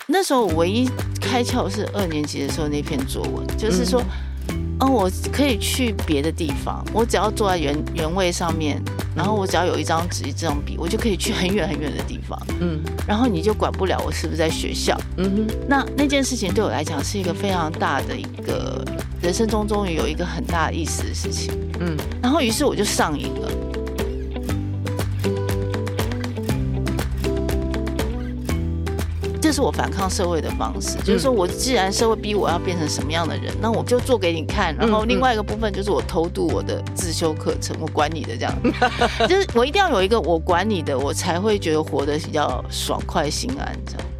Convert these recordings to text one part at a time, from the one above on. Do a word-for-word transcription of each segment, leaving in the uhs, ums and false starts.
那时候我唯一开窍是二年级的时候那篇作文，就是说，嗯、哦，我可以去别的地方，我只要坐在原原位上面，然后我只要有一张纸一张笔，我就可以去很远很远的地方。嗯，然后你就管不了我是不是在学校。嗯哼，那那件事情对我来讲是一个非常大的一个人生中终于有一个很大的意思的事情。嗯，然后于是我就上瘾了。这是我反抗社会的方式，就是说我既然社会逼我要变成什么样的人，那我就做给你看。然后另外一个部分就是我偷渡我的自修课程，我管你的这样，就是我一定要有一个我管你的，我才会觉得活得比较爽快心安这样。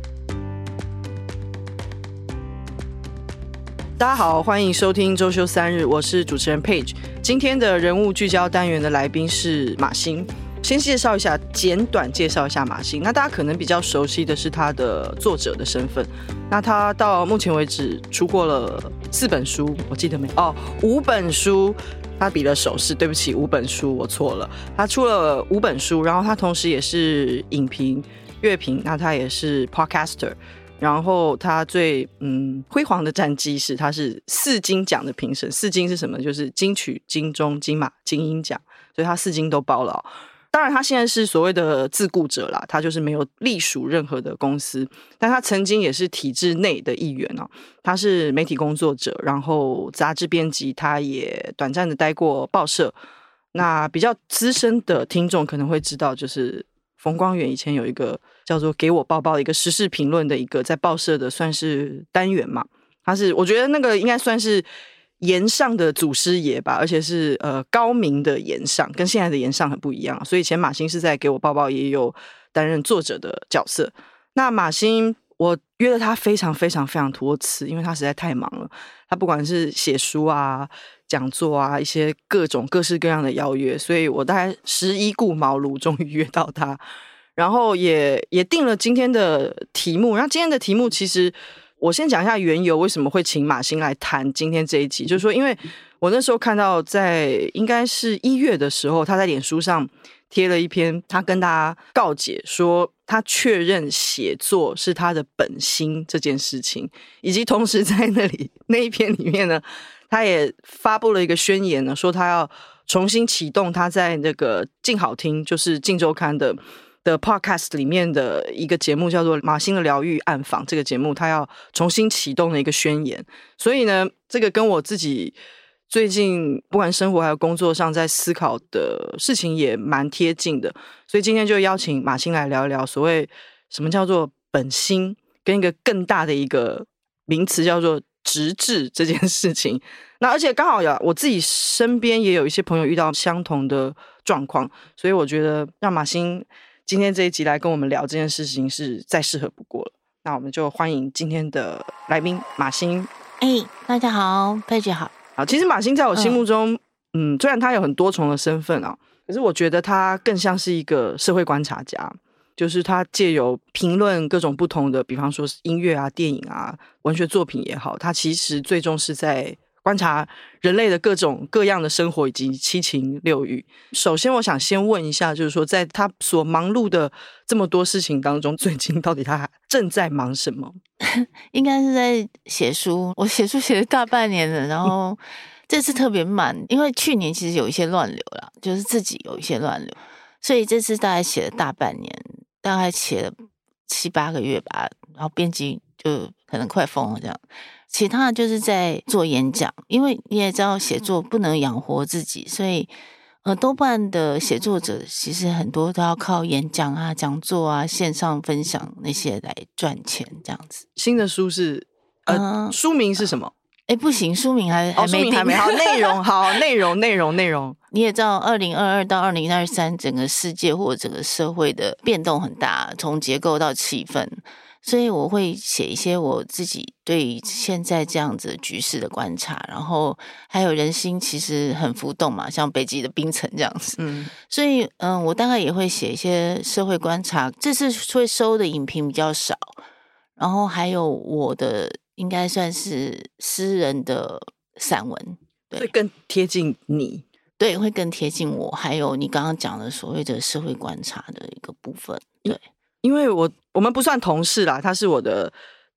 大家好，欢迎收听周休三日，我是主持人 Paige。今天的人物聚焦单元的来宾是马欣。先介绍一下，简短介绍一下马欣。那大家可能比较熟悉的是他的作者的身份。那他到目前为止出过了四本书，我记得没？哦，五本书。他比了手势，对不起，五本书，我错了。他出了五本书，然后他同时也是影评、乐评，那他也是 podcaster。然后他最嗯辉煌的战绩是，他是四金奖的评审。四金是什么？就是金曲、金钟、金马、金鹰奖，所以他四金都包了哦。当然他现在是所谓的自雇者啦，他就是没有隶属任何的公司，但他曾经也是体制内的一员哦。他是媒体工作者，然后杂志编辑，他也短暂的待过报社。那比较资深的听众可能会知道，就是冯光远以前有一个叫做给我报报的一个时事评论的一个在报社的算是单元嘛，他是我觉得那个应该算是言上的祖师爷吧，而且是呃高明的言上，跟现在的言上很不一样。所以以前马欣是在给我报报也有担任作者的角色。那马欣我约了他非常非常非常多次，因为他实在太忙了。他不管是写书啊、讲座啊，一些各种各式各样的邀约，所以我大概十一顾茅庐，终于约到他。然后也也定了今天的题目。然后今天的题目其实我先讲一下缘由，为什么会请马欣来谈今天这一集。就是说，因为我那时候看到在应该是一月的时候，他在脸书上贴了一篇，他跟大家告解说他确认写作是他的本心这件事情，以及同时在那里那一篇里面呢，他也发布了一个宣言呢，说他要重新启动他在那个静好听，就是静周刊的的 podcast 里面的一个节目叫做马欣的疗愈暗访，这个节目他要重新启动的一个宣言。所以呢，这个跟我自己最近不管生活还有工作上在思考的事情也蛮贴近的，所以今天就邀请马欣来聊一聊所谓什么叫做本心，跟一个更大的一个名词叫做直至这件事情。那而且刚好呀，我自己身边也有一些朋友遇到相同的状况，所以我觉得让马欣今天这一集来跟我们聊这件事情是再适合不过了。那我们就欢迎今天的来宾马欣。 哎，大家好，佩姐好。 好，其实马欣在我心目中，嗯，嗯虽然他有很多重的身份啊，可是我觉得他更像是一个社会观察家，就是他借由评论各种不同的，比方说音乐啊、电影啊、文学作品也好，他其实最终是在观察人类的各种各样的生活以及七情六欲。首先我想先问一下，就是说在他所忙碌的这么多事情当中，最近到底他正在忙什么？ 应该是在写书，我写书写了大半年了，然后这次特别慢，因为去年其实有一些乱流啦，就是自己有一些乱流，所以这次大概写了大半年，大概写了七八个月吧，然后编辑就可能快疯了这样。其他的就是在做演讲，因为你也知道写作不能养活自己，所以呃，多半的写作者其实很多都要靠演讲啊、讲座啊、线上分享那些来赚钱这样子。 新的书是呃、嗯、书名是什么？ 哎，不行，书名还还没定， 哦、书名还没好，内容好，内容内容内容。 你也知道，二零二二到二零二三，整个世界或者整个社会的变动很大，从结构到气氛。所以我会写一些我自己对现在这样子局势的观察，然后还有人心其实很浮动嘛，像北极的冰层这样子。嗯，所以嗯，我大概也会写一些社会观察。这次会收的影评比较少，然后还有我的应该算是私人的散文， 对，会更贴近你。 对，会更贴近我。还有你刚刚讲的所谓的社会观察的一个部分，对。 因为我我们不算同事啦，他是我的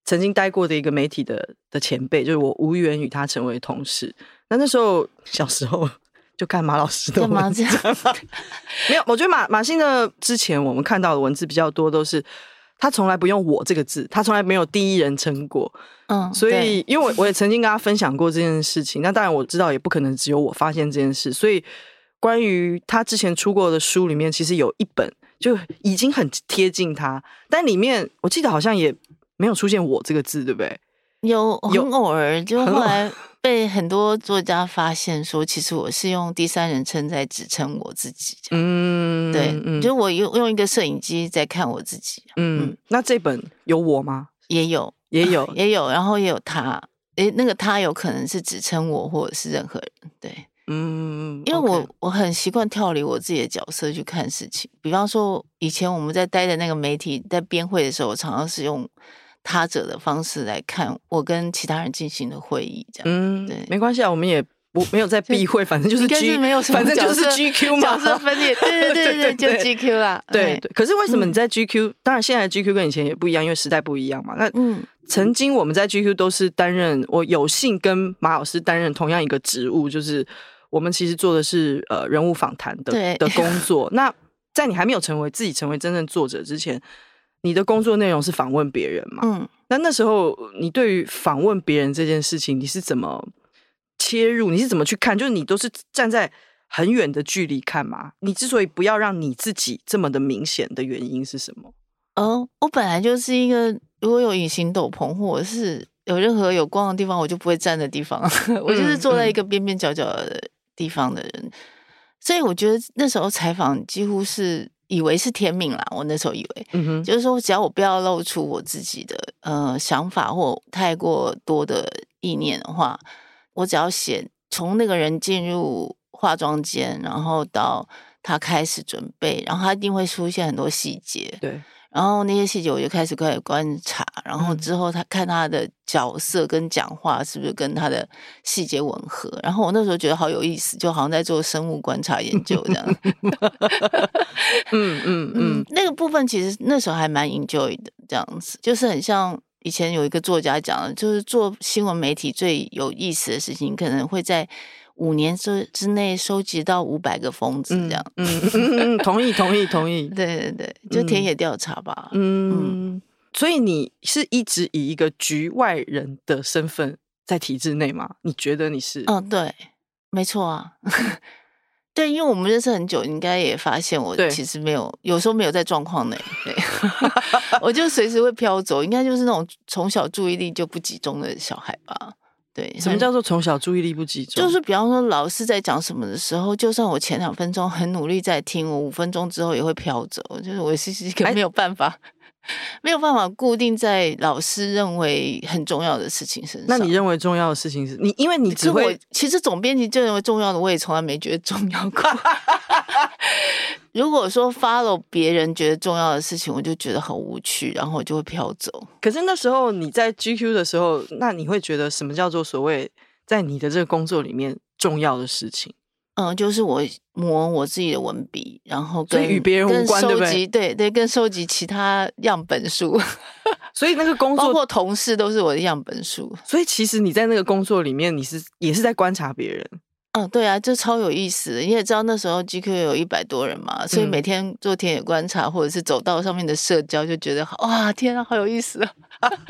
曾经待过的一个媒体的的前辈，就是我无缘与他成为同事。那那时候小时候就看马老师的文章，没有，我觉得马马欣的之前我们看到的文字比较多，都是他从来不用我这个字，他从来没有第一人称过。嗯，所以因为我我也曾经跟他分享过这件事情，那当然我知道也不可能只有我发现这件事，所以关于他之前出过的书里面，其实有一本就已经很贴近他，但里面我记得好像也没有出现我这个字，对不对？ 有，很偶尔，就后来被很多作家发现说，其实我是用第三人称在指称我自己。嗯，对，嗯、就我用用一个摄影机在看我自己。 嗯，嗯那这本有我吗？ 也有， 也有， 也有，然后也有他。诶，那个他有可能是指称我，或者是任何人。对，嗯，因为我、okay. 我很习惯跳离我自己的角色去看事情。比方说，以前我们在待的那个媒体，在编会的时候，我常常是用他者的方式来看我跟其他人进行的会议，这样。嗯，对， 没关系啊，我们也不没有在避讳，反正就是 G， 没有什么反正就是 G Q 嘛， 角色分裂，对对对对对，就 G Q 啦。 对对，可是为什么你在 G Q？、嗯、当然，现在的 G Q 跟以前也不一样，因为时代不一样嘛。那嗯，曾经我们在 G Q 都是担任，我有幸跟马老师担任同样一个职务，就是我们其实做的是呃人物访谈的的工作。那在你还没有成为自己成为真正作者之前，你的工作内容是访问别人嘛？嗯，那那时候你对于访问别人这件事情，你是怎么切入？你是怎么去看？就是你都是站在很远的距离看嘛？你之所以不要让你自己这么的明显的原因是什么？ 哦，我本来就是一个如果有隐形斗篷或者是有任何有光的地方，我就不会站的地方。我就是坐在一个边边角角的地方的人，嗯嗯、所以我觉得那时候采访几乎是。以为是天命啦，我那时候以为，嗯哼，就是说只要我不要露出我自己的呃想法或太过多的意念的话，我只要写从那个人进入化妆间，然后到他开始准备，然后他一定会出现很多细节， 对， 然后那些细节我就开始开始观察，然后之后他看他的角色跟讲话是不是跟他的细节吻合，然后我那时候觉得好有意思，就好像在做生物观察研究这样。嗯嗯嗯，那个部分其实那时候还蛮 enjoy 的，这样子就是很像以前有一个作家讲的，就是做新闻媒体最有意思的事情，可能会在五年之之内收集到五百个疯子这样。 嗯 嗯, 嗯, 嗯，同意同意同意。 对对对，就田野调查吧。嗯 嗯, 嗯，所以你是一直以一个局外人的身份在体制内吗？你觉得你是？ 嗯，对，没错啊。对，因为我们认识很久，应该也发现我其实没有，有时候没有在状况内。对，我就随时会飘走，应该就是那种从小注意力就不集中的小孩吧。对， 什么叫做从小注意力不集中？ 就是比方说老师在讲什么的时候，就算我前两分钟很努力在听，我五分钟之后也会飘走。就是我是一个没有办法。没有办法固定在老师认为很重要的事情身上。 那你认为重要的事情是你，因为你只会， 其实总编辑就认为重要的，我也从来没觉得重要过。如果说 follow 别人觉得重要的事情，我就觉得很无趣，然后我就会飘走。 可是那时候你在 G Q 的时候，那你会觉得什么叫做所谓在你的这个工作里面重要的事情？ 嗯，就是我磨我自己的文笔，然后跟与别人无关，对不对？ 对对，跟收集其他样本数， 所以那个工作包括同事都是我的样本数。 所以其实你在那个工作里面，你是也是在观察别人。 嗯，对啊，这超有意思的。你也知道那时候 G Q 有一百多人嘛，所以每天做田野观察或者是走道上面的社交，就觉得哇，天啊，好有意思啊！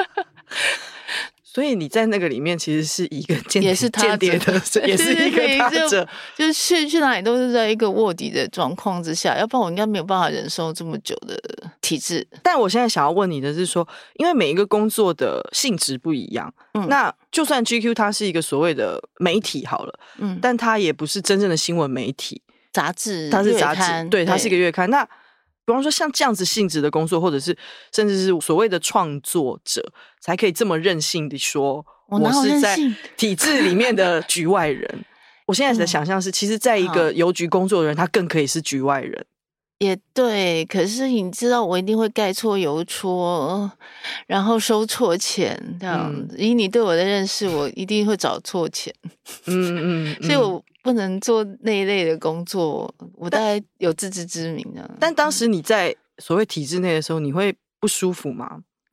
所以你在那个里面其实是一个间也是间谍的，也是一个他者， 就是去去哪里都是在一个卧底的状况之下，要不然我应该没有办法忍受这么久的体制。 但我现在想要问你的是说，因为每一个工作的性质不一样，嗯，那就算 G Q 它是一个所谓的媒体好了，嗯，但它也不是真正的新闻媒体， 杂志， 它是杂志，对，它是一个月刊。那比方说像这样子性质的工作，或者是甚至是所谓的创作者，才可以这么任性的说我是在体制里面的局外人。我现在的想象是，其实在一个邮局工作的人，他更可以是局外人。 也对，可是你知道我一定会盖错邮戳，然后收错钱这样子，嗯，以你对我的认识，我一定会找错钱。嗯嗯，嗯，所以我不能做那一类的工作，我大概有自知之明的。 但当时你在所谓体制内的时候，你会不舒服吗？ 其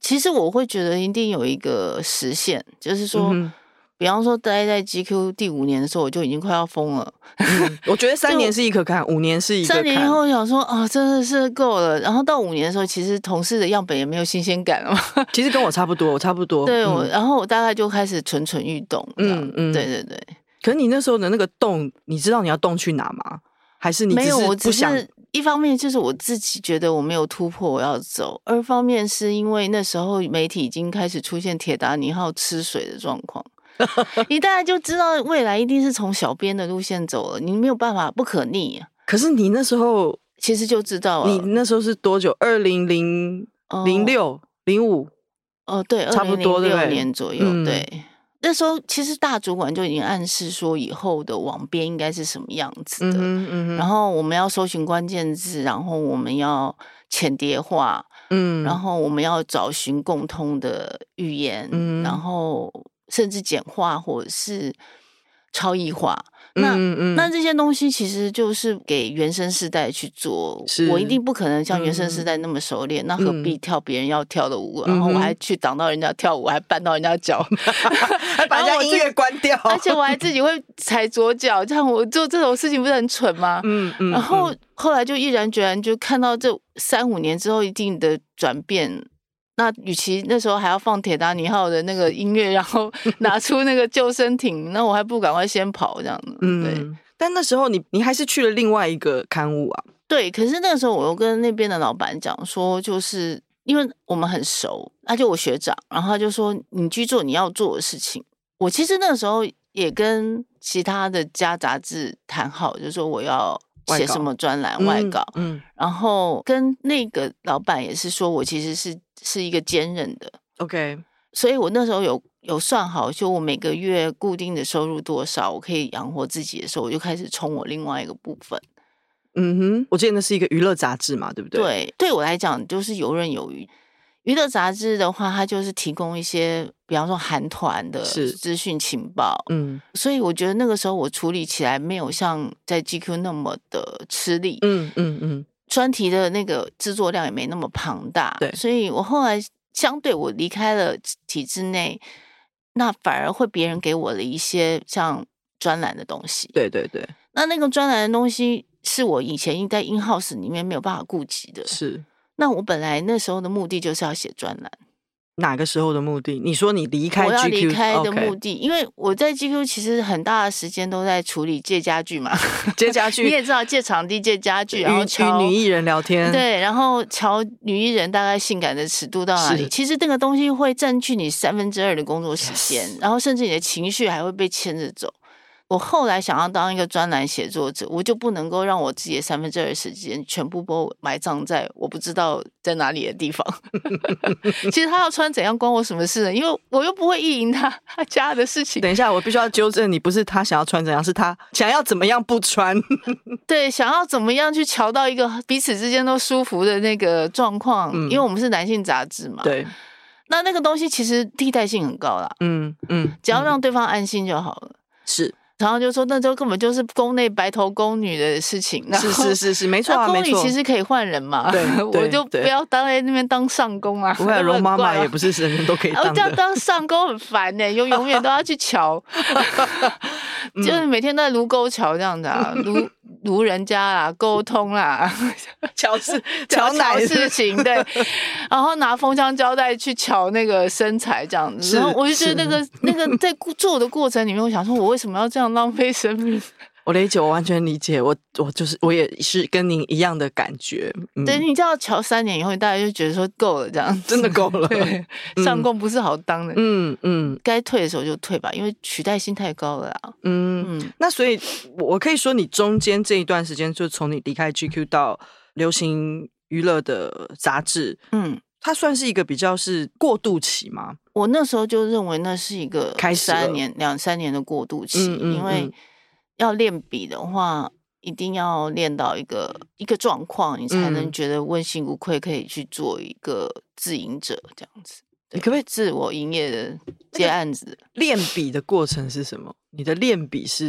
其实我会觉得一定有一个时限，就是说、嗯、比方说待在 G Q 第五年的时候，我就已经快要疯了、 嗯、我觉得三年是一个坎，五年是一个坎， 三年以后想说啊，真的是够了，然后到五年的时候，其实同事的样本也没有新鲜感了嘛。 其实跟我差不多，我差不多。 对，我、嗯、然后我大概就开始蠢蠢欲动。嗯嗯，对对对。 可是你那时候的那个动，你知道你要动去哪吗？还是你只是不想？ 没有，我只是一方面就是我自己觉得我没有突破，我要走；二方面是因为那时候媒体已经开始出现铁达尼号吃水的状况，你大概就知道未来一定是从小编的路线走了，你没有办法，不可逆、啊。 可是你那时候其实就知道了， 你那时候是多久？二零零零六零五哦，对， 差不多六年左右， 嗯、 对。那时候其实大主管就已经暗示说以后的网编应该是什么样子的，嗯嗯、然后我们要搜寻关键字，然后我们要浅碟化，嗯，然后我们要找寻共通的语言，嗯，然后甚至简化或者是超异化。那嗯嗯那这些东西其实就是给原生世代去做，我一定不可能像原生世代那么熟练，嗯、那何必跳别人要跳的舞，嗯、然后我还去挡到人家跳舞，还绊到人家脚， 还把人家音乐关掉， 而且我还自己会踩左脚，这样我做这种事情不是很蠢吗？嗯嗯。然后后来就毅然决然就看到这三五年之后一定的转变。那与其那时候还要放铁达尼号的那个音乐，然后拿出那个救生艇，那我还不如赶快先跑这样子。嗯，对。 但那时候你你还是去了另外一个刊物啊？ 对，可是那个时候我又跟那边的老板讲说，就是因为我们很熟，他就我学长，然后他就说你去做你要做的事情。我其实那个时候也跟其他的家杂志谈好，就是说我要写什么专栏外稿，嗯，嗯然后跟那个老板也是说我其实是是一个坚韧的 ，OK， 所以我那时候有有算好，就我每个月固定的收入多少，我可以养活自己的时候，我就开始冲我另外一个部分。 嗯哼，我记得那是一个娱乐杂志嘛，对不对？ 对，对我来讲就是游刃有余。娱乐杂志的话，它就是提供一些，比方说韩团的资讯情报，嗯，所以我觉得那个时候我处理起来没有像在 G Q 那么的吃力，嗯嗯嗯，专题的那个制作量也没那么庞大， 对， 所以我后来相对我离开了体制内，那反而会别人给我的一些像专栏的东西， 对对对， 那那个专栏的东西是我以前在 in house 里面没有办法顾及的， 是。 那我本来那时候的目的就是要写专栏。 哪个时候的目的？你说你离开 G Q， 我要离开的目的， okay. 因为我在 G Q 其实很大的时间都在处理借家具嘛， 借家具， 你也知道借场地、借家具，然后与女艺人聊天， 对，然后瞧女艺人大概性感的尺度到哪里，其实这个东西会占据你三分之二的工作时间， yes. 然后甚至你的情绪还会被牵着走。我后来想要当一个专栏写作者，我就不能够让我自己的三分之二的时间全部都埋葬在我不知道在哪里的地方。其实他要穿怎样关我什么事呢？因为我又不会意淫他他家的事情。 等一下，我必须要纠正你，不是他想要穿怎样，是他想要怎么样不穿。 对，想要怎么样去瞧到一个彼此之间都舒服的那个状况，嗯、因为我们是男性杂志嘛。 对。 那那个东西其实替代性很高啦。嗯嗯，只要让对方安心就好了。 是。 然后就说，那就根本就是宫内白头宫女的事情。 是是是是，没错啊， 宫女其实可以换人嘛。 对， 我就不要当在那边当上宫啊。 不会，容妈妈也不是人人都可以当的。 我这样当上宫很烦呢、欸，永永远都要去瞧，就是每天都在卢沟桥这样子啊，卢卢人家啦，沟通啦， 瞧事瞧哪事情对，然后拿封箱胶带去瞧那个身材这样子。然后我就觉得那个那个在做的过程里面，我想说，我为什么要这样浪费生命？ 我理解，我完全理解，我我就是我也是跟您一样的感觉。 嗯、对，你知道瞧三年以后，大家就觉得说够了，这样真的够了。 对，嗯、上工不是好当的。嗯嗯，该退的时候就退吧，因为取代性太高了啦。嗯嗯，那所以我可以说，你中间这一段时间，就从你离开 G Q 到流行娱乐的杂志，嗯，它算是一个比较是过渡期吗？ 我那时候就认为那是一个开三年两三年的过渡期，嗯嗯嗯，因为要练笔的话，一定要练到一个一个状况，你才能觉得问心无愧，可以去做一个自营者这样子。 你可不可以自我营业的接案子？ 练笔的过程是什么？你的练笔是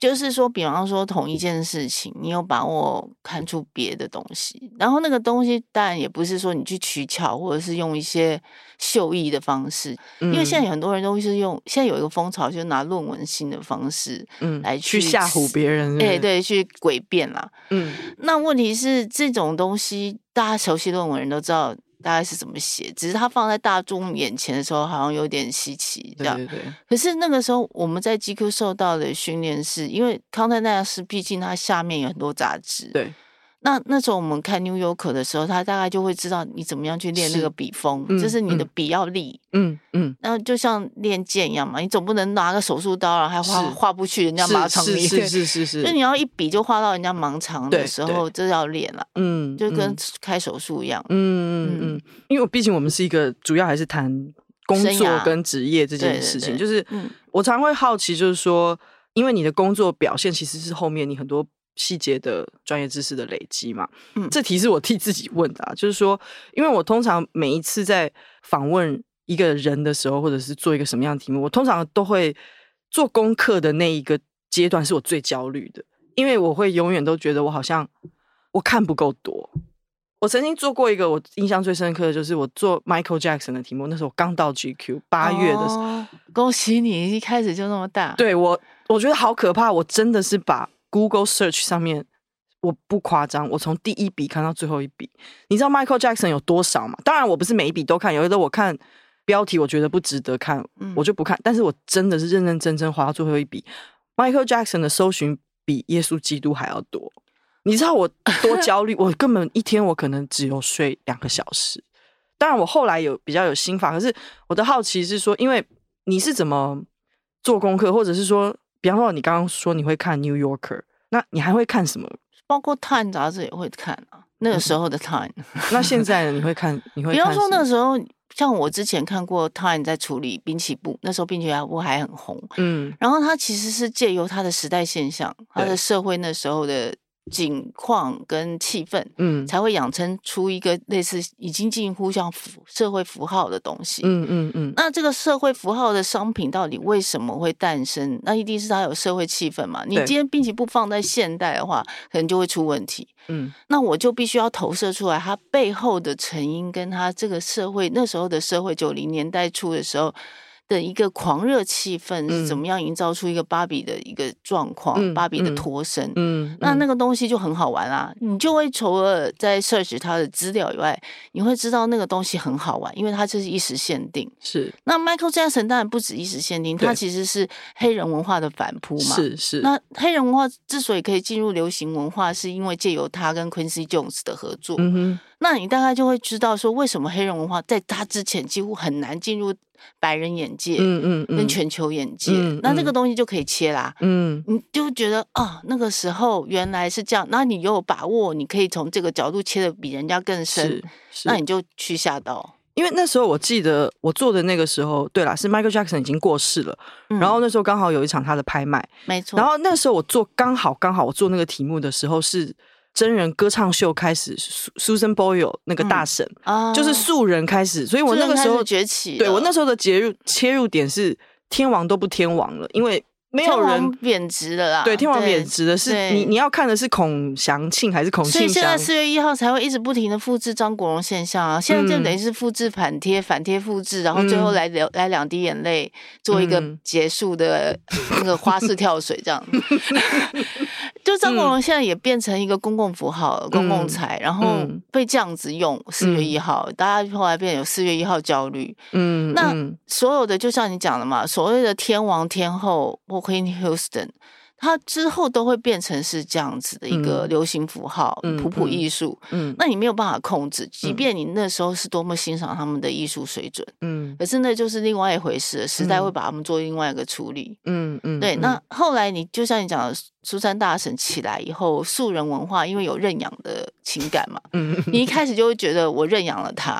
就是说比方说同一件事情你有把握看出别的东西，然后那个东西当然也不是说你去取巧或者是用一些秀艺的方式、嗯、因为现在有很多人都是用，现在有一个风潮就是拿论文性的方式来去、 嗯、去吓唬别人是不是， 哎、欸，对，去诡辩啦。嗯，那问题是这种东西大家熟悉论文人都知道大概是怎么写，只是它放在大众眼前的时候好像有点稀奇这样。 对对对。 可是那个时候我们在 G Q 受到的训练是，因为康泰纳斯毕竟它下面有很多杂志， 对。 那那时候我们看 New Yorker 的时候，他大概就会知道你怎么样去练那个笔锋，是、嗯、就是你的笔要立，嗯嗯，然后就像练剑一样嘛，你总不能拿个手术刀然后还画画不去人家盲肠里， 是是是是， 就你要一笔就画到人家盲肠的时候，这要练了，嗯，就跟开手术一样，嗯嗯嗯，因为毕竟我们是一个主要还是谈工作跟职业这件事情，对对对，就是、嗯、我常会好奇，就是说，因为你的工作表现其实是后面你很多细节的专业知识的累积嘛，嗯，这题是我替自己问的啊，就是说，因为我通常每一次在访问一个人的时候，或者是做一个什么样的题目，我通常都会做功课的那一个阶段是我最焦虑的，因为我会永远都觉得我好像我看不够多。我曾经做过一个我印象最深刻的就是我做 Michael Jackson 的题目，那时候我刚到 G Q 八月的时候、哦、 恭喜你一开始就那么大。 对，我我觉得好可怕，我真的是把Google Search 上面，我不夸张，我从第一笔看到最后一笔。你知道 Michael Jackson 有多少吗？当然我不是每一笔都看，有的我看标题我觉得不值得看、嗯、我就不看，但是我真的是认认真真滑到最后一笔。 Michael Jackson 的搜寻比耶稣基督还要多。你知道我多焦虑我根本一天我可能只有睡两个小时。当然我后来有比较有心法，可是我的好奇是说，因为你是怎么做功课，或者是说比方说你刚刚说你会看 New Yorker， 那你还会看什么？ 包括 Time 杂志也会看啊，那个时候的 Time、嗯、 那现在呢？你会看你会看，比方说那个时候像我之前看过 Time 在处理滨崎步，那时候滨崎步还很红，嗯，然后它其实是借由它的时代现象，它的社会那时候的景况跟气氛，嗯，才会养成出一个类似已经近乎像社会符号的东西，嗯嗯嗯。那这个社会符号的商品到底为什么会诞生？那一定是它有社会气氛嘛。你今天并且不放在现代的话，可能就会出问题。嗯，那我就必须要投射出来它背后的成因，跟它这个社会那时候的社会九零年代初的时候的一个狂热气氛是怎么样营造出一个芭比的一个状况、嗯、芭比的脱身、嗯嗯、那那个东西就很好玩啦，你就会除了在 search 它的资料以外，你会知道那个东西很好玩，因为它就是一时限定。 是， 那 Michael Jackson 当然不止一时限定，它其实是黑人文化的反扑嘛。 是是。 那黑人文化之所以可以进入流行文化，是因为借由他跟 Quincy Jones 的合作、嗯哼，那你大概就会知道说为什么黑人文化在他之前几乎很难进入白人眼界，嗯嗯嗯，跟全球眼界，嗯嗯，那这个东西就可以切啦，嗯，你就觉得啊，那个时候原来是这样，那你又有把握，你可以从这个角度切的比人家更深，是是，那你就去下刀。 因为那时候我记得我做的那个时候，对啦，是 Michael Jackson 已经过世了、嗯、然后那时候刚好有一场他的拍卖， 没错， 然后那时候我做刚好刚好我做那个题目的时候是真人歌唱秀开始 Susan Boyle 那个大神、嗯哦、就是素人开始，所以我那个时候崛起， 对，我那时候的切入切入点是天王都不天王了，因为没有人贬值的啦， 对，天王贬值的是你你要看的是孔祥庆还是孔庆祥， 所以现在四月一号才会一直不停的复制张国荣现象啊，现在就等于是复制反贴、嗯、反贴复制，然后最后来、嗯、来两滴眼泪做一个结束的那个花式跳水这样就张国荣现在也变成一个公共符号、嗯、公共财，然后被这样子用四月一号、嗯、大家后来变有四月一号焦虑，嗯，那所有的就像你讲的嘛，所谓的天王天后Whitney Houston， 它之后都会变成是这样子的一个流行符号、嗯、普普艺术、嗯，那你没有办法控制，即便你那时候是多么欣赏他们的艺术水准，嗯，可是那就是另外一回事，时代会把他们做另外一个处理，嗯嗯，对，那后来你就像你讲的苏珊大神起来以后，素人文化因为有认养的情感嘛，嗯，你一开始就会觉得我认养了他，对，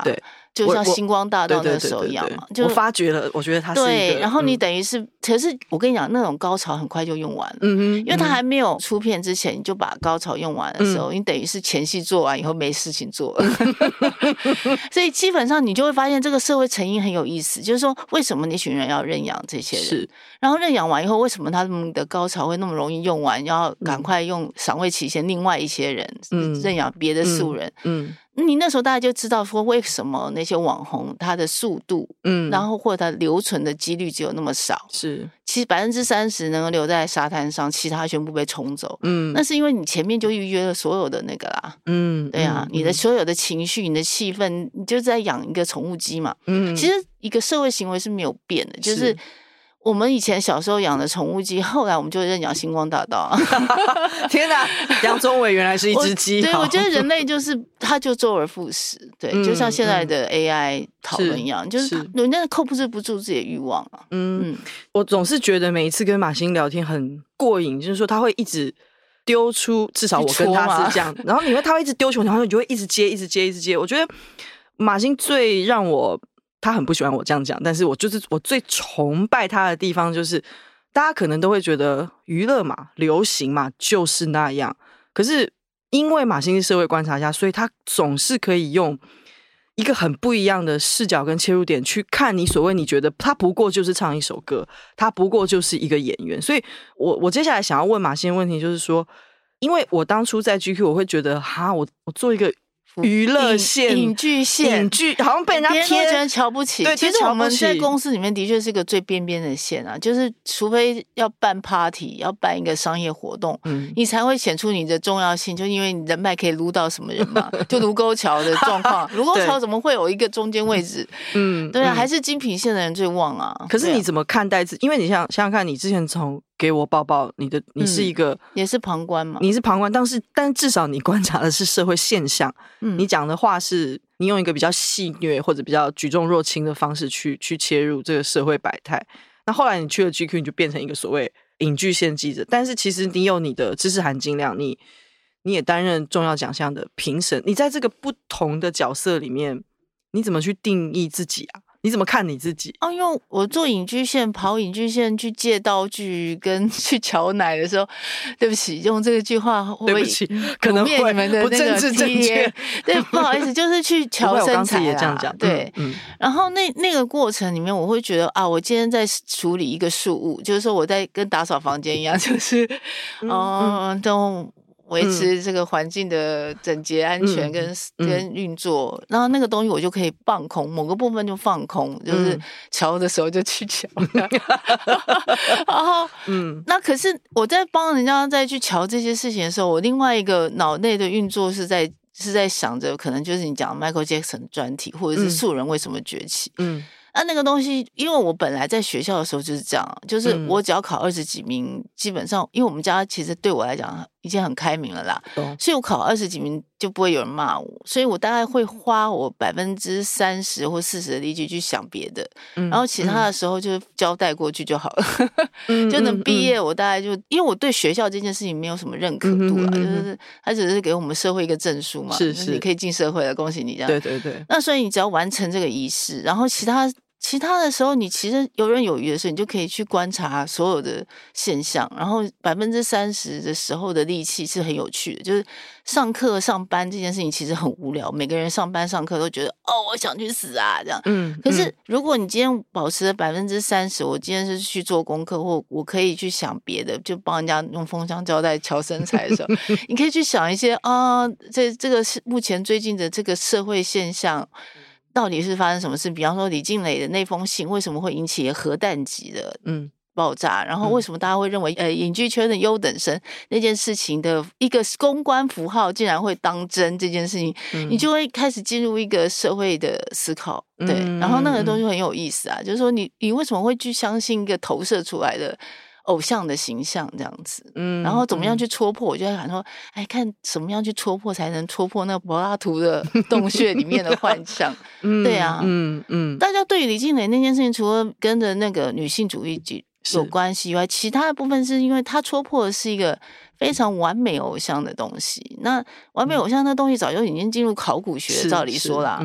就像星光大道那时候一样嘛。 我发觉了，我觉得它是一个对，然后你嗯等于是，可是我跟你讲，那种高潮很快就用完了， 嗯哼， 因为它还没有出片之前，你就把高潮用完的时候， 嗯你等于是前戏做完以后没事情做了，所以基本上你就会发现这个社会成因很有意思，就是说为什么那群人要认养这些人， 是， 然后认养完以后，为什么他们的高潮会那么容易用完，要赶快用赏味期限另外一些人、嗯、认养别的素人，嗯。嗯你那时候大家就知道说为什么那些网红他的速度，嗯，然后或者他留存的几率只有那么少， 是， 其实百分之三十能够留在沙滩上，其他全部被冲走，嗯，那是因为你前面就预约了所有的那个啦，嗯，对啊，嗯、你的所有的情绪、你的气氛，你就在养一个宠物鸡嘛，嗯，其实一个社会行为是没有变的，就是。是我们以前小时候养的宠物鸡，后来我们就认养星光大道。 天哪，杨宗纬原来是一只鸡。 对，我觉得人类就是他就周而复始，对，嗯、就像现在的 A I 讨论一样，嗯、就是人家控制不住自己的欲望啊。 嗯嗯，我总是觉得每一次跟马欣聊天很过瘾，就是说他会一直丢出，至少我跟他是这样，然后你会他会一直丢球，然后你就会一直接，一直接，一直接。我觉得马欣最让我。他很不喜欢我这样讲，但是我就是我最崇拜他的地方，就是大家可能都会觉得娱乐嘛、流行嘛就是那样，可是因为马欣是社会观察家，所以他总是可以用一个很不一样的视角跟切入点去看你所谓你觉得他不过就是唱一首歌，他不过就是一个演员，所以我我接下来想要问马欣的问题就是说，因为我当初在 G Q 我会觉得哈，我我做一个。娱乐线、 影剧线、 影剧好像被人家贴， 别人都觉得瞧不起。 对， 其实我们在公司里面的确是个最边边的线啊，就是除非要办 party， 要办一个商业活动，嗯，你才会显出你的重要性，就因为你人脉可以撸到什么人嘛，就卢沟桥的状况，卢沟桥怎么会有一个中间位置？嗯，对啊，嗯、还是精品线的人最旺啊。 可是你怎么看待自己？因为你想想想看，你之前从给我抱抱，你的你是一个、嗯、 也是旁观嘛， 你是旁观，但是但至少你观察的是社会现象，嗯，你讲的话是你用一个比较戏谑或者比较举重若轻的方式去去切入这个社会百态。那后来你去了 G Q， 你就变成一个所谓影剧线记者，但是其实你有你的知识含金量，你你也担任重要奖项的评审，你在这个不同的角色里面，你怎么去定义自己啊？你怎么看你自己？ 哦，因为我做影剧线、跑影剧线去借道具跟去瞧奶的时候，对不起，用这个句话会不会对不起，可能会你们的那个不政治正确。 对，不好意思，就是去瞧身材啦。 也这样讲， 对。 嗯嗯、 然后那那个过程里面，我会觉得啊，我今天在处理一个事物，就是说我在跟打扫房间一样，就是嗯都。维持这个环境的整洁、安全跟、嗯、跟运作，嗯、然后那个东西我就可以放空，某个部分就放空，就是瞧的时候就去瞧。然后，嗯，那可是我在帮人家再去瞧这些事情的时候，我另外一个脑内的运作是在是在想着，可能就是你讲 Michael Jackson 专题，或者是素人为什么崛起，嗯。嗯那那个东西，因为我本来在学校的时候就是这样，就是我只要考二十几名，嗯、基本上，因为我们家其实对我来讲已经很开明了啦，哦、所以我考二十几名就不会有人骂我，所以我大概会花我百分之三十或四十的力气去想别的，嗯、然后其他的时候就交代过去就好了，嗯、就能毕业。我大概就因为我对学校这件事情没有什么认可度啊，嗯、就是他只是给我们社会一个证书嘛， 是是， 你可以进社会了，恭喜你这样。 对对对。 那所以你只要完成这个仪式，然后其他。其他的时候，你其实游刃有余的时候，你就可以去观察所有的现象。然后百分之三十的时候的力气是很有趣的，就是上课上班这件事情其实很无聊，每个人上班上课都觉得哦，我想去死啊这样。嗯。可是如果你今天保持了百分之三十，我今天是去做功课，或我可以去想别的，就帮人家用封箱胶带瞧身材的时候，你可以去想一些啊，这这个是目前最近的这个社会现象。到底是发生什么事？比方说李静蕾的那封信为什么会引起核弹级的爆炸？嗯、然后为什么大家会认为呃影剧圈的优等生那件事情的一个公关符号竟然会当真这件事情，嗯、你就会开始进入一个社会的思考，对，嗯、然后那个东西很有意思啊，就是说你你为什么会去相信一个投射出来的？偶像的形象这样子，嗯，然后怎么样去戳破？嗯、我就在想说，哎，看怎么样去戳破，才能戳破那个柏拉图的洞穴里面的幻象。嗯、对啊，嗯嗯，大家对于李静蕾那件事情，除了跟着那个女性主义有关系以外，其他的部分是因为他戳破的是一个非常完美偶像的东西。那完美偶像那东西早就已经进入考古学，照理说啦。嗯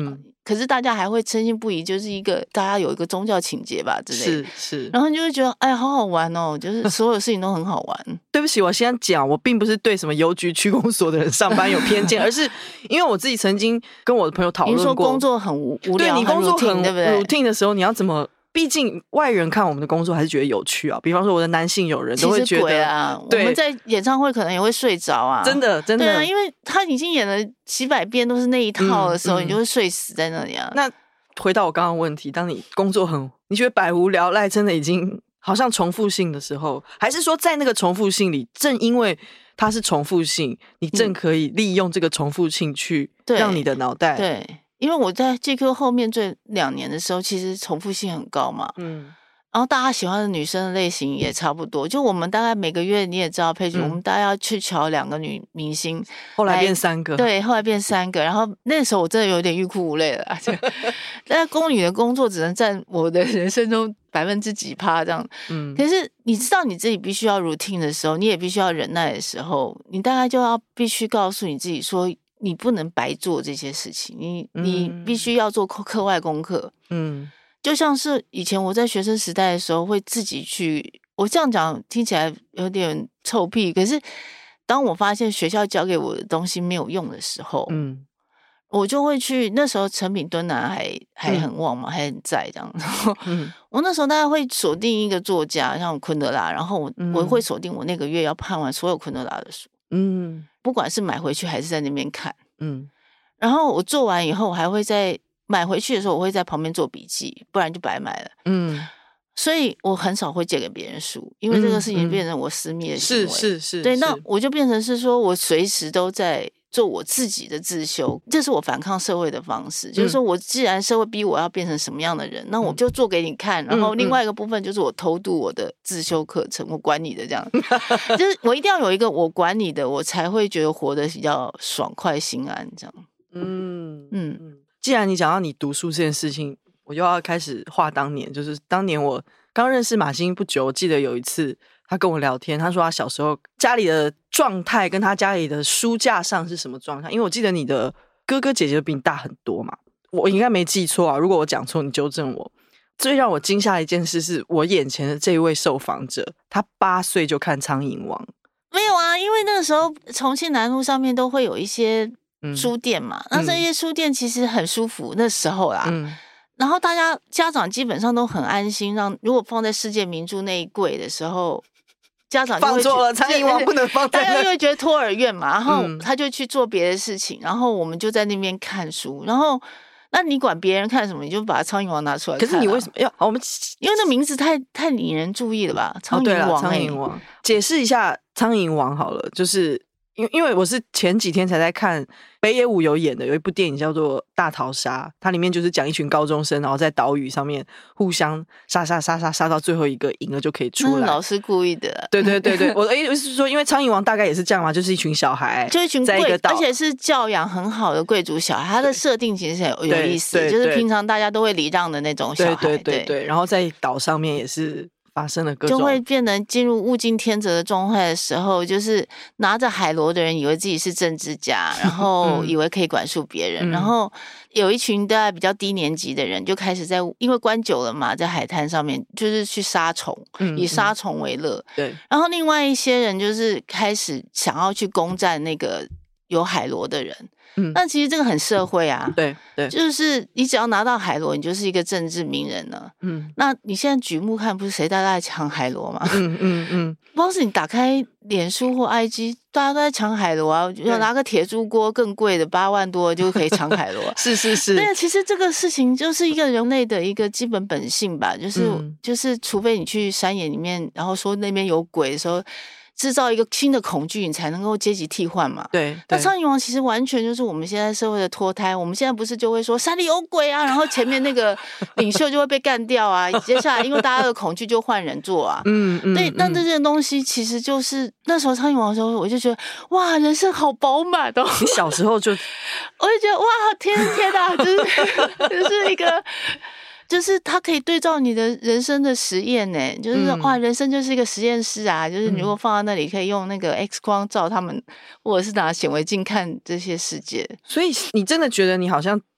可是大家还会深信不疑，就是一个大家有一个宗教情节吧之类的， 是是， 然后你就会觉得哎好好玩哦，就是所有事情都很好玩。 对不起，我现在讲，我并不是对什么邮局区公所的人上班有偏见，而是因为我自己曾经跟我的朋友讨论过， 你说工作很无无聊， 对你工作很 routine, 对不对 routine 的时候，你要怎么？毕竟外人看我们的工作还是觉得有趣啊，比方说我的男性友人都会觉得啊，我们在演唱会可能也会睡着啊， 真的真的， 对啊，因为他已经演了几百遍都是那一套的时候， 嗯嗯、 你就会睡死在那里啊。 那回到我刚刚的问题，当你工作很你觉得百无聊赖，真的已经好像重复性的时候，还是说在那个重复性里，正因为它是重复性，你正可以利用这个重复性去让你的脑袋对。因为我在 G Q 后面这两年的时候，其实重复性很高嘛，嗯，然后大家喜欢的女生的类型也差不多，就我们大概每个月你也知道佩君、嗯，我们大概要去瞧两个女明星， 后来变三个， 对，后来变三个，然后那时候我真的有点欲哭无泪了，但是宫女的工作只能占我的人生中百分之几趴这样，嗯，可是你知道你自己必须要 routine 的时候，你也必须要忍耐的时候，你大概就要必须告诉你自己说。你不能白做这些事情，你你必须要做课外功课。嗯，就像是以前我在学生时代的时候，会自己去。我这样讲听起来有点臭屁，可是当我发现学校教给我的东西没有用的时候，嗯，我就会去。那时候成品敦南还还很旺嘛，嗯、还很在这样。然后，嗯，我那时候大概会锁定一个作家，像昆德拉，然后我、嗯、我会锁定我那个月要看完所有昆德拉的书。嗯。不管是买回去还是在那边看，嗯，然后我做完以后，我还会在买回去的时候，我会在旁边做笔记，不然就白买了，嗯，所以我很少会借给别人书，因为这个事情变成我私密的行为， 是是是， 对，那我就变成是说我随时都在做我自己的自修，这是我反抗社会的方式，嗯、就是说我既然社会逼我要变成什么样的人，那我就做给你看，然后另外一个部分就是我偷渡我的自修课程，我管你的这样，就是我一定要有一个我管你的，我才会觉得活得比较爽快心安这样。 嗯嗯，既然你讲到你读书这件事情，我就要开始话当年，就是当年我刚认识马欣不久，我记得有一次。他跟我聊天，他说他小时候家里的状态跟他家里的书架上是什么状态，因为我记得你的哥哥姐姐比你大很多嘛，我应该没记错啊，如果我讲错你纠正我。最让我惊吓的一件事是我眼前的这一位受访者，他八岁就看苍蝇王。 没有啊，因为那个时候重庆南路上面都会有一些书店嘛，嗯、那这些书店其实很舒服，那时候啦、嗯然后大家家长基本上都很安心，让如果放在世界名著那一柜的时候，家长就会放错了，苍蝇王不能放在那， 大家就会觉得托儿院嘛，然后他就去做别的事情，然后我们就在那边看书，然后那你管别人看什么，你就把苍蝇王拿出来看、啊。 可是你为什么要？我们因为那名字太太引人注意了吧？苍蝇王、欸， 苍蝇王，解释一下苍蝇王好了，就是。因为因为我是前几天才在看北野武有演的有一部电影叫做《大逃杀》，它里面就是讲一群高中生，然后在岛屿上面互相杀杀杀杀杀到最后一个赢了就可以出来。 那老师故意的。 对对对对，我的意思是说，因为苍蝇王大概也是这样嘛，就是一群小孩， 就一群贵，而且是教养很好的贵族小孩。他的设定其实很有意思，就是平常大家都会礼让的那种小孩。 对对对 对, 对，然后在岛上面也是。发生了各种就会变成进入物竞天择的状态的时候，就是拿着海螺的人以为自己是政治家，然后以为可以管束别人，嗯、然后有一群大概比较低年级的人就开始在，因为关久了嘛，在海滩上面就是去杀虫，嗯、以杀虫为乐。 对， 然后另外一些人就是开始想要去攻占那个有海螺的人。嗯，那其实这个很社会啊， 对对， 就是你只要拿到海螺，你就是一个政治名人了。嗯，那你现在举目看，不是谁大家在抢海螺吗？嗯嗯嗯，不知道是你打开脸书或 I G， 大家都在抢海螺啊，要拿个铁珠锅更贵的八万多就可以抢海螺。 是是是， 对，其实这个事情就是一个人类的一个基本本性吧，就是、嗯、就是除非你去山野里面，然后说那边有鬼的时候。制造一个新的恐惧，你才能够阶级替换嘛。 对， 那苍蝇王其实完全就是我们现在社会的脱胎。我们现在不是就会说山里有鬼啊，然后前面那个领袖就会被干掉啊。接下来因为大家的恐惧就换人做啊。嗯嗯。对，那这件东西其实就是那时候苍蝇王的时候，我就觉得哇，人生好饱满哦。 你小时候就， 我就觉得哇，天天啊，就是就是一个。就是它可以对照你的人生的实验呢，就是说、嗯、哇，人生就是一个实验室啊，就是你如果放在那里，可以用那个 X 光照他们，或者是拿显微镜看这些世界。 所以你真的觉得你好像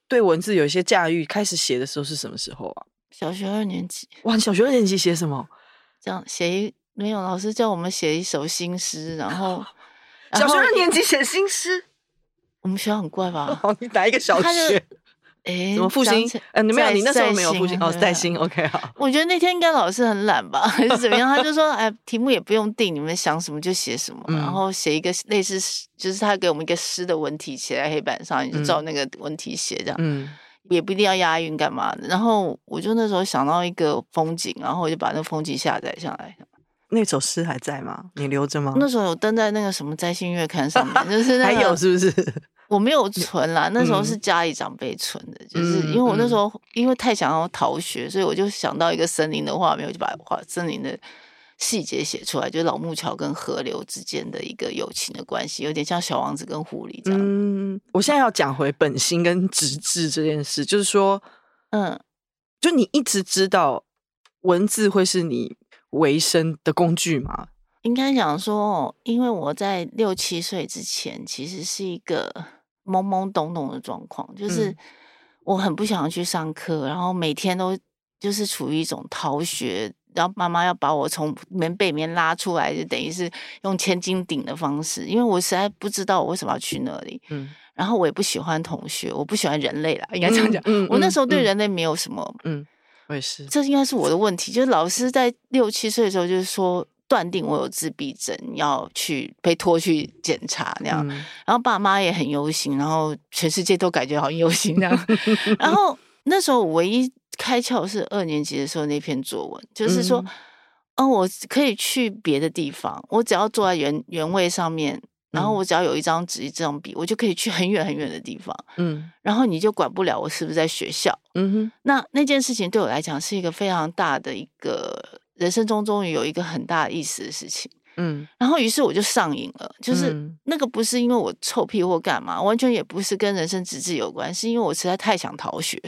对文字有一些驾驭，开始写的时候是什么时候啊？ 小学二年级。 哇，你小学二年级写什么？ 这样写一没有，老师叫我们写一首新诗，然后小学二年级写新诗， 我们学校很怪吧？ 哦，你哪一个小学？ 哎， 什么复兴？呃，你没有，你那时候没有复兴哦，在新 OK 好。 我觉得那天应该老师很懒吧，还是怎么样？他就说，哎，题目也不用定，你们想什么就写什么，嗯、然后写一个类似，就是他给我们一个诗的文体写在黑板上，你就照那个文体写，这样，嗯，也不一定要押韵干嘛的。然后我就那时候想到一个风景，然后我就把那个风景下载下来。 那首诗还在吗？你留着吗？ 那时候有登在那个什么在信月刊上面，就是、那个、还有是不是？ 我没有存啦，那时候是家里长辈存的，嗯、就是因为我那时候因为太想要逃学，所以我就想到一个森林的画面，我就把画森林的细节写出来，就是老木桥跟河流之间的一个友情的关系，有点像小王子跟狐狸这样。 嗯，我现在要讲回本心跟直至这件事，就是说，嗯，就你一直知道文字会是你维生的工具吗？ 应该讲说，因为我在六七岁之前，其实是一个懵懵懂懂的状况，就是我很不想要去上课，然后每天都就是处于一种逃学，然后妈妈要把我从棉被里面拉出来，就等于是用千斤顶的方式，因为我实在不知道我为什么要去那里。嗯，然后我也不喜欢同学，我不喜欢人类啦，应该这样讲。嗯嗯、我那时候对人类没有什么，嗯， 我也是， 这应该是我的问题。就是老师在六七岁的时候，就是说断定我有自闭症，要去被拖去检查那样。嗯、然后爸妈也很忧心，然后全世界都感觉好忧心那样。然后那时候我唯一开窍是二年级的时候那篇作文，就是说，嗯、哦，我可以去别的地方，我只要坐在原原位上面。然后我只要有一张纸一张笔，我就可以去很远很远的地方。嗯，然后你就管不了我是不是在学校。嗯哼，那那件事情对我来讲是一个非常大的一个人生中终于有一个很大的意思的事情。嗯，然后于是我就上瘾了，就是那个不是因为我臭屁或干嘛，完全也不是跟人生直至有关，是因为我实在太想逃学。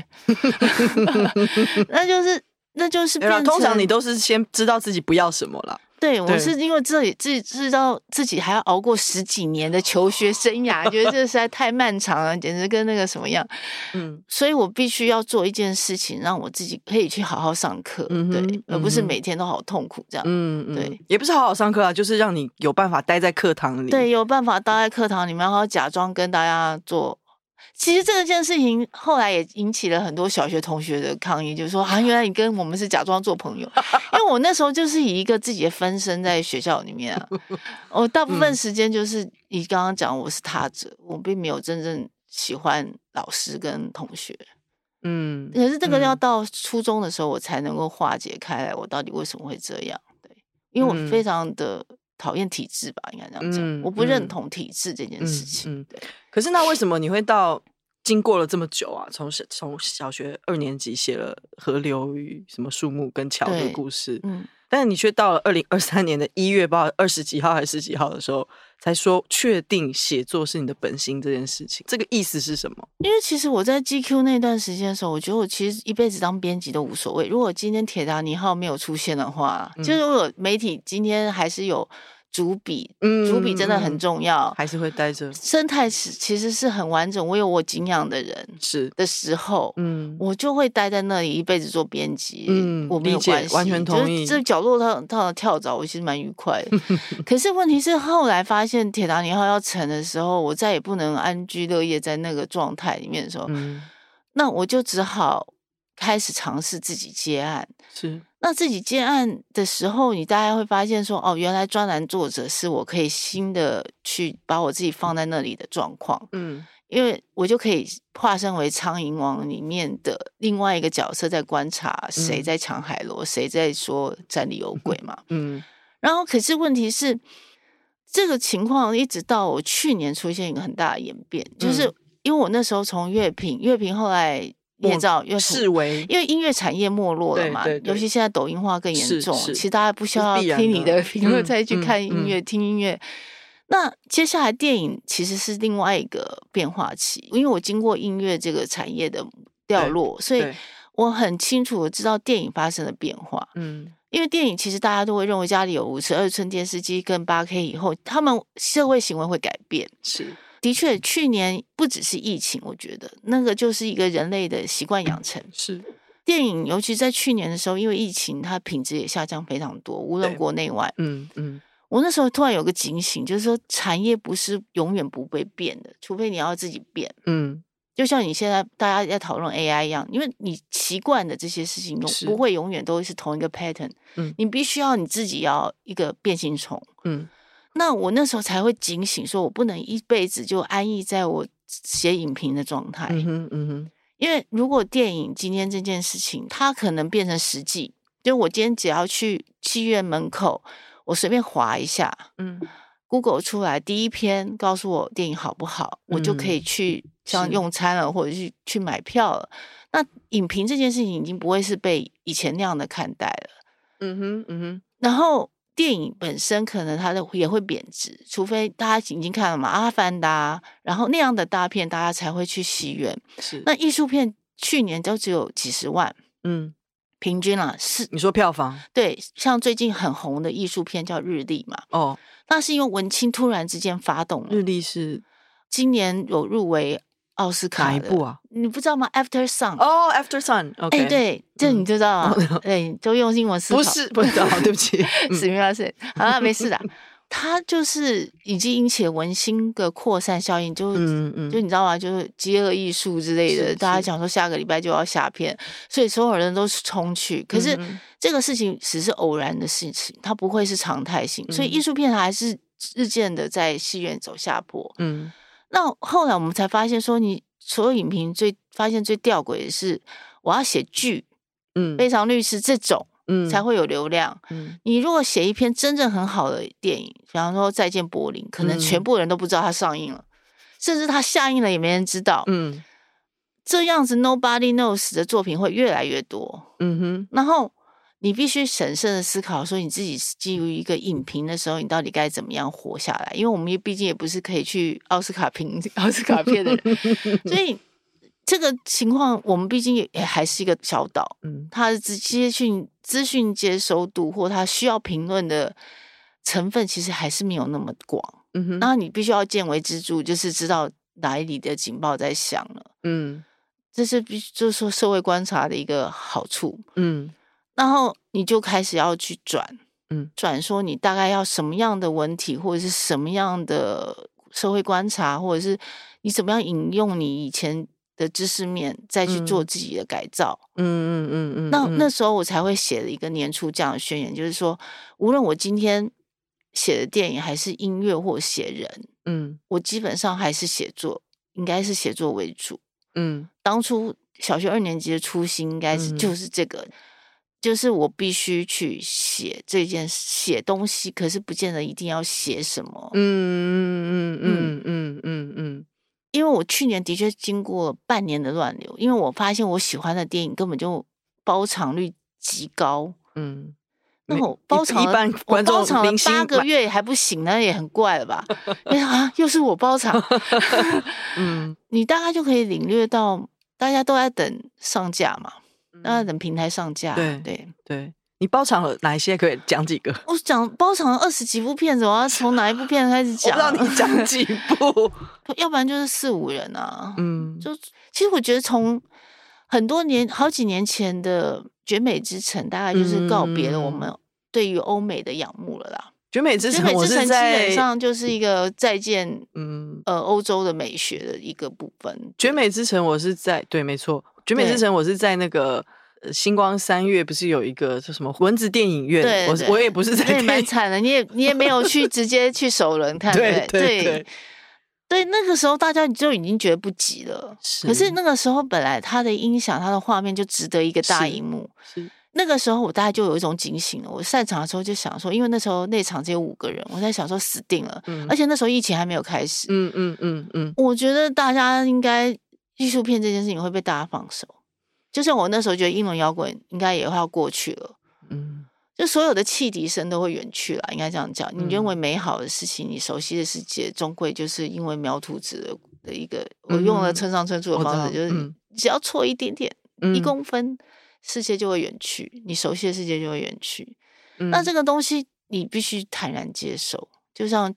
那就是那就是变成通常你都是先知道自己不要什么啦。 对，我是因为这里自己知道自己还要熬过十几年的求学生涯，觉得这实在太漫长了，简直跟那个什么样。嗯，所以我必须要做一件事情，让我自己可以去好好上课，嗯、对，嗯、而不是每天都好痛苦这样。嗯，对， 也不是好好上课啊，就是让你有办法待在课堂里。 对，有办法待在课堂里面，然后假装跟大家做。其实这件事情后来也引起了很多小学同学的抗议，就是说啊，原来你跟我们是假装做朋友，因为我那时候就是以一个自己的分身在学校里面啊，我大部分时间就是你刚刚讲我是他者，我并没有真正喜欢老师跟同学，嗯，可是这个要到初中的时候我才能够化解开来，我到底为什么会这样？对，因为我非常的讨厌体制吧，应该这样讲，嗯、我不认同体制这件事情。嗯嗯、对， 可是那为什么你会到？经过了这么久啊，从从小学二年级写了河流与什么树木跟桥的故事，嗯，但是你却到了二零二三年的一月不知道二十几号还是十几号的时候，才说确定写作是你的本心这件事情，这个意思是什么？ 因为其实我在 G Q 那段时间的时候，我觉得我其实一辈子当编辑都无所谓。如果今天铁达尼号没有出现的话，嗯、就是如果媒体今天还是有。主笔，主笔真的很重要，嗯、 还是会待着。 生态其实是很完整，我有我敬仰的人是的时候，嗯，我就会待在那里一辈子做编辑，嗯，我没有关系， 完全同意。 就是这角落它它的跳蚤，我其实蛮愉快的。可是问题是后来发现铁达尼号要沉的时候，我再也不能安居乐业在那个状态里面的时候，嗯、那我就只好开始尝试自己接案。 是。 那自己接案的时候，你大概会发现说，哦，原来专栏作者是我可以新的去把我自己放在那里的状况，嗯，因为我就可以化身为苍蝇王里面的另外一个角色，在观察谁在抢海螺，嗯、谁在说站里有鬼嘛，嗯，然后可是问题是，这个情况一直到我去年出现一个很大的演变，嗯、就是因为我那时候从乐评，乐评后来。你也知道，因为视为因为音乐产业没落了嘛， 对对对， 尤其现在抖音化更严重，其实大家不需要听你的评论再去看音乐、嗯嗯、听音乐。那接下来电影其实是另外一个变化期，因为我经过音乐这个产业的掉落，所以我很清楚的知道电影发生了变化。嗯，因为电影其实大家都会认为家里有五十二寸电视机跟 八 K 以后，他们社会行为会改变。 是。 的确，去年不只是疫情，我觉得那个就是一个人类的习惯养成。 是电影，尤其在去年的时候，因为疫情，它品质也下降非常多，无论国内外。 嗯嗯， 我那时候突然有个警醒，就是说产业不是永远不会变的，除非你要自己变。 嗯， 就像你现在大家在讨论 A I 一样，因为你习惯的这些事情永不会永远都是同一个 pattern。嗯，你必须要你自己要一个变形虫。嗯。那我那时候才会警醒，说我不能一辈子就安逸在我写影评的状态。嗯哼，嗯哼。因为如果电影今天这件事情，它可能变成实际，就我今天只要去戏院门口，我随便滑一下，嗯 ，Google 出来第一篇告诉我电影好不好，嗯、我就可以去像用餐了，或者是去买票了。那影评这件事情已经不会是被以前那样的看待了。嗯哼，嗯哼。然后。电影本身可能它的也会贬值，除非大家已经看了嘛，《阿凡达》，然后那样的大片大家才会去戏院。是，那艺术片去年都只有几十万，嗯，平均啦是。 你说票房？ 对，像最近很红的艺术片叫《日历》嘛，哦，那是因为文青突然之间发动了。 日历是今年有入围奥斯卡的哪一部啊？ 你不知道吗 ？After Sun 哦、oh, ，After Sun，OK，、okay. 哎、欸，对，这你知道啊？对、嗯，就用英文思考， 不是，不知道，对不起， 史密拉森，好了，没事的。它就是已经引起文青的扩散效应，就嗯嗯，就你知道吗？就是饥饿艺术之类的，大家讲说下个礼拜就要下片，所以所有人都是冲去。可是这个事情只是偶然的事情，它不会是常态性，所以艺术片还是日渐的在戏院走下坡。嗯，那后来我们才发现说，你所有影评最发现最吊诡的是，我要写剧，嗯，非常律师这种。嗯，才会有流量。嗯，你如果写一篇真正很好的电影，比方说《再见柏林》，可能全部人都不知道它上映了，嗯、甚至它下映了也没人知道。嗯，这样子 nobody knows 的作品会越来越多。嗯哼，然后你必须审慎的思考，说你自己基于一个影评的时候，你到底该怎么样活下来？因为我们毕竟也不是可以去奥斯卡评奥斯卡片的人，所以。这个情况，我们毕竟也还是一个小岛，嗯，它直接去资讯接收度或它需要评论的成分，其实还是没有那么广，嗯哼。那你必须要见微知著，就是知道哪里的警报在响了，嗯，这是必须就是说社会观察的一个好处，嗯。然后你就开始要去转，嗯，转说你大概要什么样的文体，或者是什么样的社会观察，或者是你怎么样引用你以前。的知识面再去做自己的改造，嗯嗯嗯嗯，那那时候我才会写了一个年初这样的宣言，就是说，无论我今天写的电影还是音乐或写人，嗯，我基本上还是写作，应该是写作为主，嗯，当初小学二年级的初心应该是就是这个，嗯、就是我必须去写这件写东西，可是不见得一定要写什么，嗯嗯嗯嗯嗯嗯嗯。因为我去年的确经过半年的乱流，因为我发现我喜欢的电影根本就包场率极高，嗯，那我包场一般观众我包场了八个月还不行，那也很怪了吧？啊，又是我包场，嗯，你大概就可以领略到，大家都在等上架嘛，都在等平台上架， 对对对。你包场了哪一些？可以讲几个？ 我讲包场了二十几部片子，我要从哪一部片开始讲？ 我不知道你讲几部， 要不然就是四五人啊。嗯，就其实我觉得从很多年、好几年前的《绝美之城》，大概就是告别了我们对于欧美的仰慕了啦。 《绝美之城》我是在基本上就是一个再见，嗯呃，欧洲的美学的一个部分。《 绝美之城》我是在对，没错，《绝美之城》我是在那个。星光三月不是有一个叫什么蚊子电影院？ 对， 我我也不是在， 也蛮惨的。你也你也没有去直接去首轮看， 对对对 对, 对。那个时候大家就已经觉得不急了，是可是那个时候本来它的音响、它的画面就值得一个大荧幕。是, 是那个时候我大概就有一种警醒了。我散场的时候就想说，因为那时候内场只有五个人，我在想说死定了，嗯、而且那时候疫情还没有开始。嗯嗯嗯嗯，我觉得大家应该艺术片这件事情会被大家放手。就像我那时候觉得英伦摇滚应该也要过去了，嗯，就所有的汽笛声都会远去了，应该这样讲。你认为美好的事情，你熟悉的世界，终归就是因为描图纸的的一个，嗯、我用了村上春树的方式，就是只要错一点点，嗯、一公分，世界就会远去，你熟悉的世界就会远去。嗯、那这个东西你必须坦然接受，就像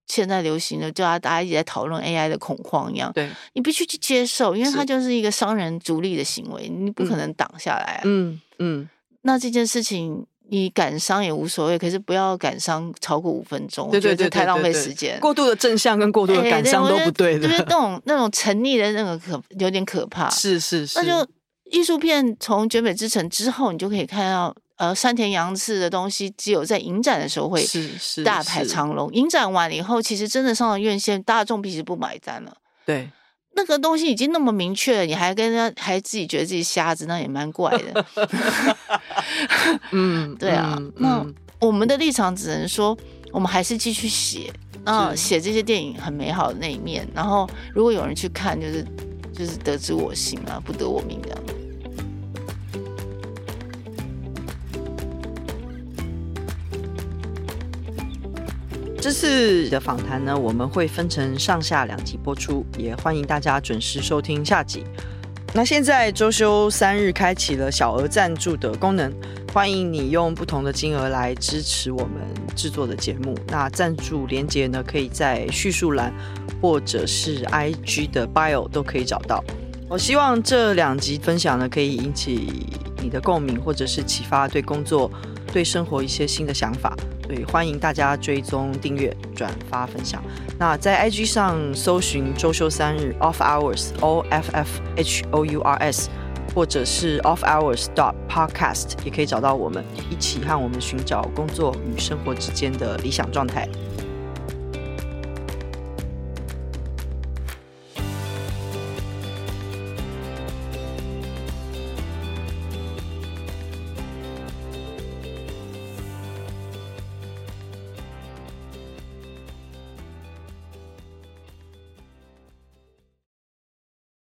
现在流行的，就大家一直在讨论 A I 的恐慌一样。 对， 你必须去接受，因为它就是一个商人逐利的行为，你不可能挡下来啊。 嗯嗯， 那这件事情你感伤也无所谓，可是不要感伤超过五分钟， 对对对， 太浪费时间。 过度的正向跟过度的感伤都不对的， 就是那种那种沉溺的那个可有点可怕。 是是是， 那就艺术片从《绝美之城》之后，你就可以看到。呃，山田洋次的东西只有在影展的时候会大排长龙，影展完了以后，其实真的上了院线，大众其实不买单了。 对， 那个东西已经那么明确了，你还跟人家还自己觉得自己瞎子，那也蛮怪的。 嗯， 对啊，嗯、那我们的立场只能说，我们还是继续写，那写这些电影很美好的那一面，然后如果有人去看，就是就是得之我幸啊，不得我命这样。 这次的访谈呢，我们会分成上下两集播出，也欢迎大家准时收听下集。那现在周休三日开启了小额赞助的功能，欢迎你用不同的金额来支持我们制作的节目。那赞助连结呢，可以在叙述栏或者是 I G 的 bio 都可以找到。我希望这两集分享呢，可以引起你的共鸣，或者是启发对工作、对生活一些新的想法。对，欢迎大家追踪、订阅、转发、分享。那在 I G 上搜寻周休三日 Off Hours O F F H O U R S， 或者是 Off Hours dot podcast， 也可以找到我们，一起和我们寻找工作与生活之间的理想状态。